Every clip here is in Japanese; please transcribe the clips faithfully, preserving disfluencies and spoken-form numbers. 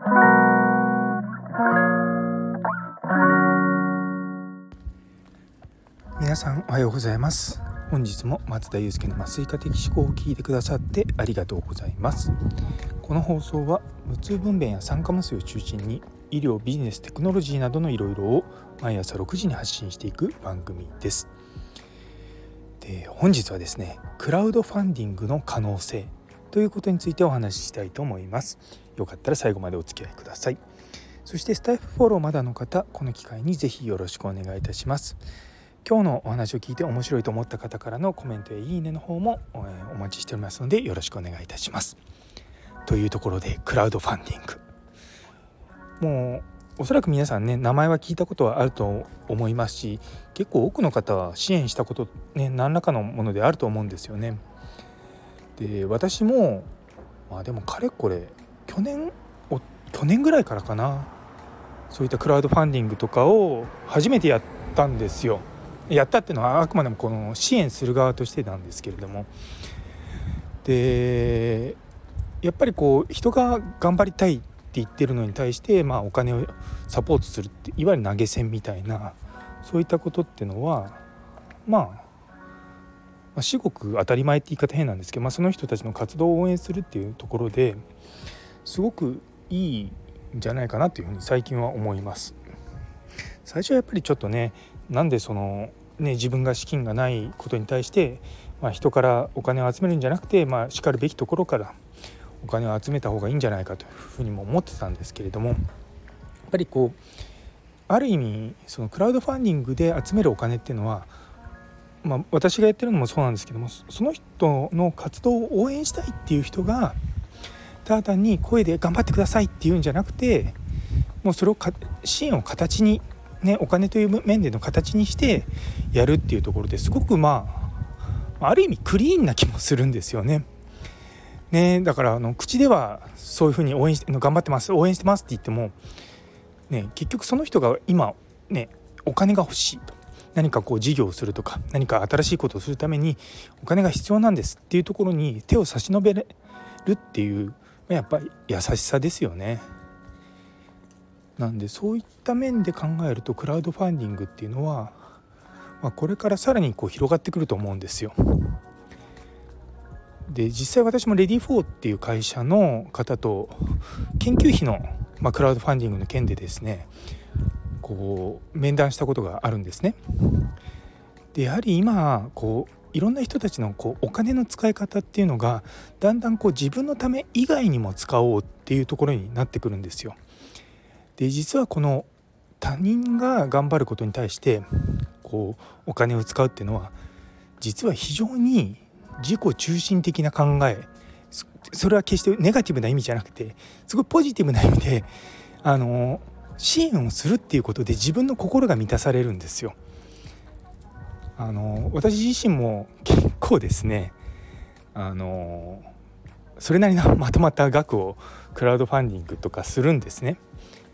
皆さんおはようございます。本日も松田祐介の麻酔科的思考を聞いてくださってありがとうございます。この放送は無痛分娩や酸化麻酔を中心に医療、ビジネス、テクノロジーなどのいろいろを毎朝ろくじに発信していく番組です。で、本日はですね、クラウドファンディングの可能性ということについてお話ししたいと思います。よかったら最後までお付き合いください。そしてスタイフフォローまだの方、この機会にぜひよろしくお願いいたします。今日のお話を聞いて面白いと思った方からのコメントやいいねの方もお待ちしておりますのでよろしくお願いいたします。というところで、クラウドファンディング、もうおそらく皆さんね、名前は聞いたことはあると思いますし、結構多くの方は支援したことね、何らかのものであると思うんですよね。で、私もまあでもかれこれ去年お去年ぐらいからかな、そういったクラウドファンディングとかを初めてやったんですよ。やったっていうのはあくまでもこの支援する側としてなんですけれども、でやっぱりこう人が頑張りたいって言ってるのに対して、まあお金をサポートするって、いわゆる投げ銭みたいな、そういったことっていうのはまあ、まあ、至極当たり前って言い方変なんですけど、まあ、その人たちの活動を応援するっていうところですごくいいんじゃないかなというふうに最近は思います。最初はやっぱりちょっとね、なんでそのね、自分が資金がないことに対して、まあ、人からお金を集めるんじゃなくて、まあ、しかるべきところからお金を集めた方がいいんじゃないかというふうにも思ってたんですけれども、やっぱりこうある意味そのクラウドファンディングで集めるお金っていうのは、まあ、私がやってるのもそうなんですけども、その人の活動を応援したいっていう人がただ単に声で頑張ってくださいっていうんじゃなくて、もうそれをか支援を形にね、お金という面での形にしてやるっていうところですごくまあある意味クリーンな気もするんですよね。ね、だからあの口ではそういうふうに応援して頑張ってます応援してますって言っても、ね、結局その人が今ねお金が欲しいと、何かこう事業をするとか何か新しいことをするためにお金が必要なんですっていうところに手を差し伸べるっていうやっぱり優しさですよね。なんでそういった面で考えるとクラウドファンディングっていうのは、まあ、これからさらにこう広がってくると思うんですよ。で、実際私もレディフォーっていう会社の方と研究費の、まあ、クラウドファンディングの件でですね、こう面談したことがあるんですね。で、やはり今こういろんな人たちのこうお金の使い方っていうのがだんだんこう自分のため以外にも使おうっていうところになってくるんですよ。で、実はこの他人が頑張ることに対してこうお金を使うっていうのは実は非常に自己中心的な考え、それは決してネガティブな意味じゃなくてすごいポジティブな意味であの支援をするっていうことで自分の心が満たされるんですよ。あの私自身も結構ですね、あのそれなりのまとまった額をクラウドファンディングとかするんですね。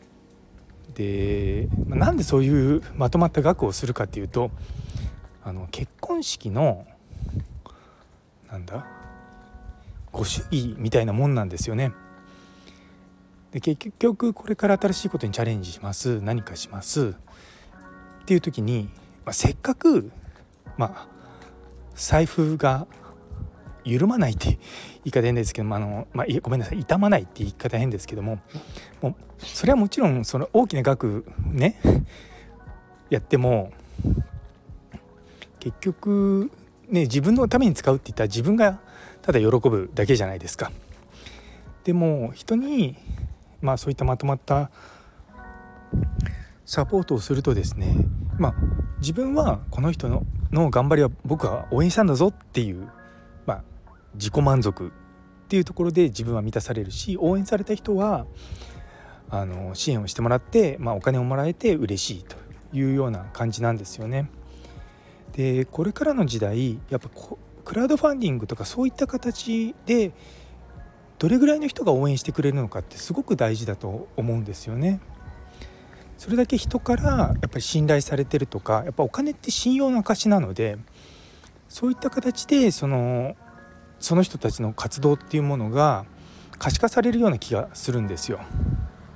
で、なんでそういうまとまった額をするかっていうと、あの結婚式のなんだご祝儀みたいなもんなんですよね。で、結局これから新しいことにチャレンジします、何かしますっていう時に、まあ、せっかく、まあ、財布が緩まないって言い方変ですけども、あの、まあ、ごめんなさい、傷まないって言い方変ですけども、もうそれはもちろんその大きな額ねやっても結局ね、自分のために使うって言ったら自分がただ喜ぶだけじゃないですか。でも人にまあそういったまとまったサポートをするとですね、まあ自分はこの人のの頑張りは僕は応援したんだぞっていう、まあ自己満足っていうところで自分は満たされるし、応援された人はあの支援をしてもらって、まあ、お金をもらえて嬉しいというような感じなんですよね。で、これからの時代やっぱクラウドファンディングとかそういった形でどれぐらいの人が応援してくれるのかってすごく大事だと思うんですよね。それだけ人からやっぱり信頼されてるとか、やっぱお金って信用の証なので、そういった形でそのその人たちの活動っていうものが可視化されるような気がするんですよ。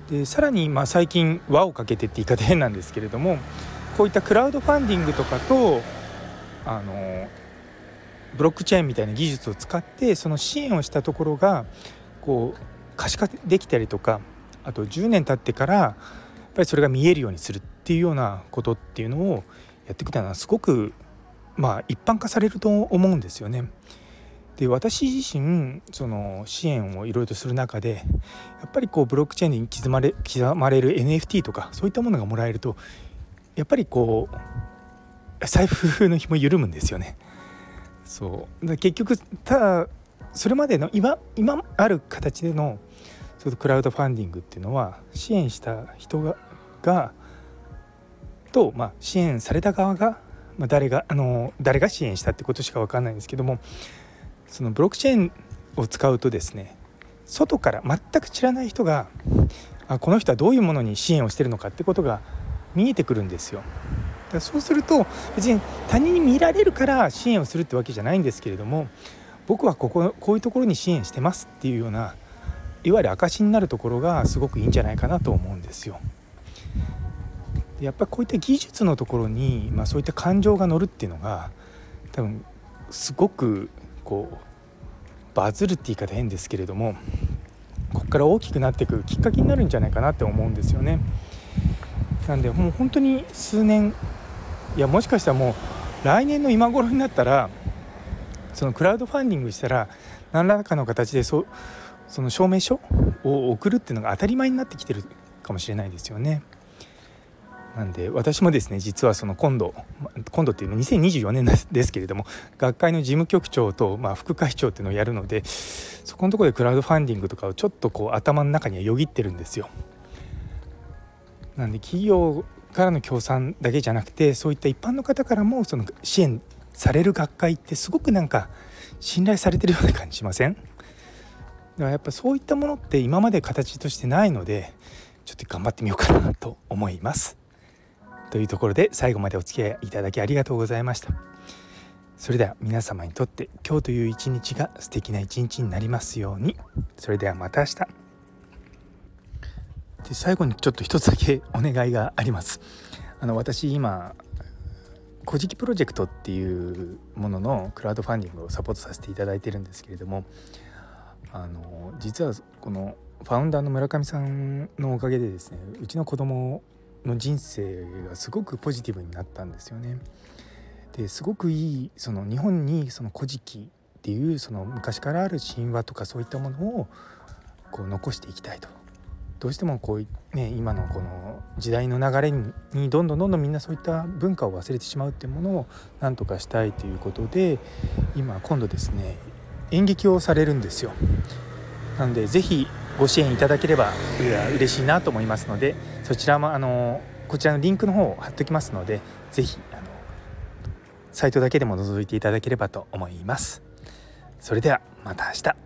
でさらにまあ最近輪をかけてって言い方変なんですけれども、こういったクラウドファンディングとかとあのブロックチェーンみたいな技術を使ってその支援をしたところがこう可視化できたりとか、あとじゅうねん経ってからやっぱりそれが見えるようにするっていうようなことっていうのをやっていくのはすごくまあ一般化されると思うんですよね。で私自身その支援をいろいろとする中でやっぱりこうブロックチェーンに刻まれ、刻まれる エヌエフティー とかそういったものがもらえるとやっぱりこう財布の紐緩むんですよね。そうだ結局ただそれまでの 今, 今ある形でのそのクラウドファンディングっていうのは支援した人ががと、まあ、支援された側が、まあ、誰があの誰が支援したってことしか分かんないんですけども、そのブロックチェーンを使うとですね、外から全く知らない人があこの人はどういうものに支援をしているのかってことが見えてくるんですよ。だからそうすると別に他人に見られるから支援をするってわけじゃないんですけれども、僕はこここういうところに支援してますっていうようないわゆる証になるところがすごくいいんじゃないかなと思うんですよ。でやっぱりこういった技術のところに、まあ、そういった感情が乗るっていうのが多分すごくこうバズるって言い方変ですけれども、ここから大きくなっていくきっかけになるんじゃないかなって思うんですよね。なんでもう本当に数年、いやもしかしたらもう来年の今頃になったらそのクラウドファンディングしたら何らかの形で そ, その証明書を送るっていうのが当たり前になってきてるかもしれないですよね。なんで私もですね、実はその今度今度っていうのはにせんにじゅうよねんですけれども、学会の事務局長とまあ副会長っていうのをやるので、そこのところでクラウドファンディングとかをちょっとこう頭の中にはよぎってるんですよ。なんで企業からの協賛だけじゃなくて、そういった一般の方からもその支援される学会ってすごくなんか信頼されてるような感じしません？だからやっぱそういったものって今まで形としてないので、ちょっと頑張ってみようかなと思います。というところで最後までお付き合いいただきありがとうございました。それでは皆様にとって今日という一日が素敵な一日になりますように。それではまた明日。で最後にちょっと一つだけお願いがあります。あの私今古事記プロジェクトっていうもののクラウドファンディングをサポートさせていただいているんですけれども、あの実はこのファウンダーの村上さんのおかげでですね、うちの子供の人生がすごくポジティブになったんですよね。ですごくいいその日本にその古事記っていうその昔からある神話とかそういったものをこう残していきたいと。どうしてもこう、ね、今のこの時代の流れにどんどんどんどんみんなそういった文化を忘れてしまうっていうものをなんとかしたいということで、今今度ですね演劇をされるんですよ。なのでぜひご支援いただければ嬉しいなと思いますので、そちらもあのこちらのリンクの方を貼っておきますので、ぜひあのサイトだけでも覗いていただければと思います。それではまた明日。